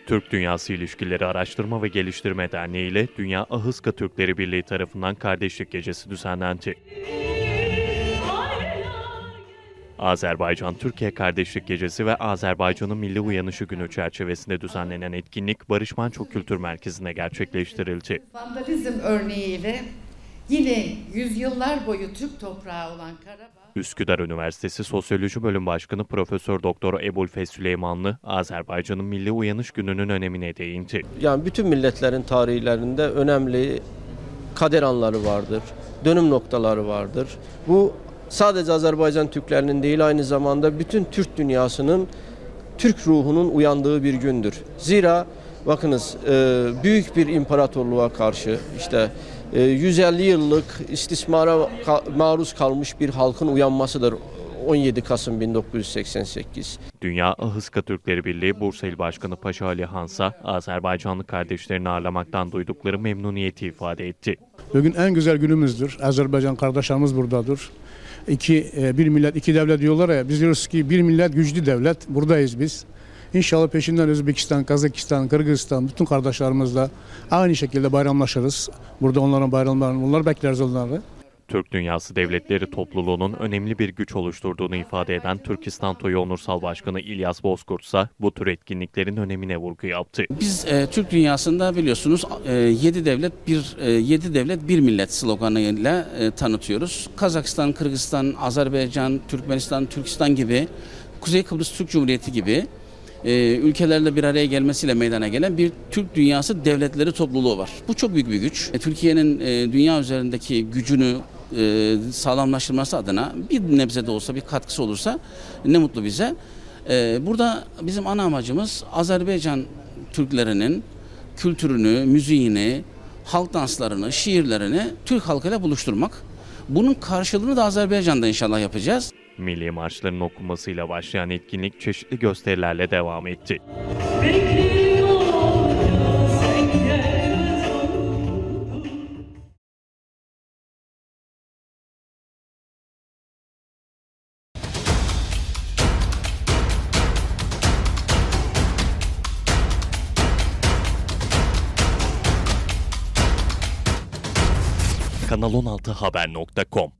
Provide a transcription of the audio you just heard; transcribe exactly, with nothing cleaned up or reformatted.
Türk Dünyası İlişkileri Araştırma ve Geliştirme Derneği ile Dünya Ahıska Türkleri Birliği tarafından Kardeşlik Gecesi düzenlendi. Azerbaycan-Türkiye Kardeşlik Gecesi ve Azerbaycan'ın Milli Uyanışı Günü çerçevesinde düzenlenen etkinlik Barış Manço Kültür Merkezi'nde gerçekleştirildi. Vandalizm örneğiyle yine yüzyıllar boyu Türk toprağı olan Karabağ... Üsküdar Üniversitesi Sosyoloji Bölüm Başkanı Profesör Doktor Ebulfez Süleymanlı, Azerbaycan'ın Milli Uyanış Günü'nün önemine değindi. Yani bütün milletlerin tarihlerinde önemli kader anları vardır, dönüm noktaları vardır. Bu sadece Azerbaycan Türklerinin değil, aynı zamanda bütün Türk dünyasının, Türk ruhunun uyandığı bir gündür. Zira bakınız büyük bir imparatorluğa karşı işte yüz elli yıllık istismara maruz kalmış bir halkın uyanmasıdır on yedi Kasım bin dokuz yüz seksen sekiz. Dünya Ahıska Türkleri Birliği Bursa İl Başkanı Paşa Ali Hansa, Azerbaycanlı kardeşlerini ağırlamaktan duydukları memnuniyeti ifade etti. Bugün en güzel günümüzdür. Azerbaycan kardeşlerimiz buradadır. İki, bir millet, iki devlet diyorlar ya, biz diyoruz ki bir millet, güçlü devlet, buradayız biz. İnşallah peşinden Özbekistan, Kazakistan, Kırgızistan, bütün kardeşlerimizle aynı şekilde bayramlaşırız. Burada onların bayramlarını, onları bekleriz onları. Türk Dünyası Devletleri topluluğunun önemli bir güç oluşturduğunu ifade eden Türkistan Toyu Onursal Başkanı İlyas Bozkurt ise bu tür etkinliklerin önemine vurgu yaptı. Biz e, Türk dünyasında biliyorsunuz e, yedi devlet bir e, yedi devlet bir millet sloganıyla e, tanıtıyoruz. Kazakistan, Kırgızistan, Azerbaycan, Türkmenistan, Türkistan gibi, Kuzey Kıbrıs Türk Cumhuriyeti gibi e, ülkelerle bir araya gelmesiyle meydana gelen bir Türk Dünyası Devletleri topluluğu var. Bu çok büyük bir güç. E, Türkiye'nin e, dünya üzerindeki gücünü E, sağlamlaştırması adına bir nebze de olsa bir katkısı olursa ne mutlu bize. E, burada bizim ana amacımız Azerbaycan Türklerinin kültürünü, müziğini, halk danslarını, şiirlerini Türk halkıyla buluşturmak. Bunun karşılığını da Azerbaycan'da inşallah yapacağız. Milli marşların okunmasıyla başlayan etkinlik çeşitli gösterilerle devam etti. Kanal on altı haber nokta com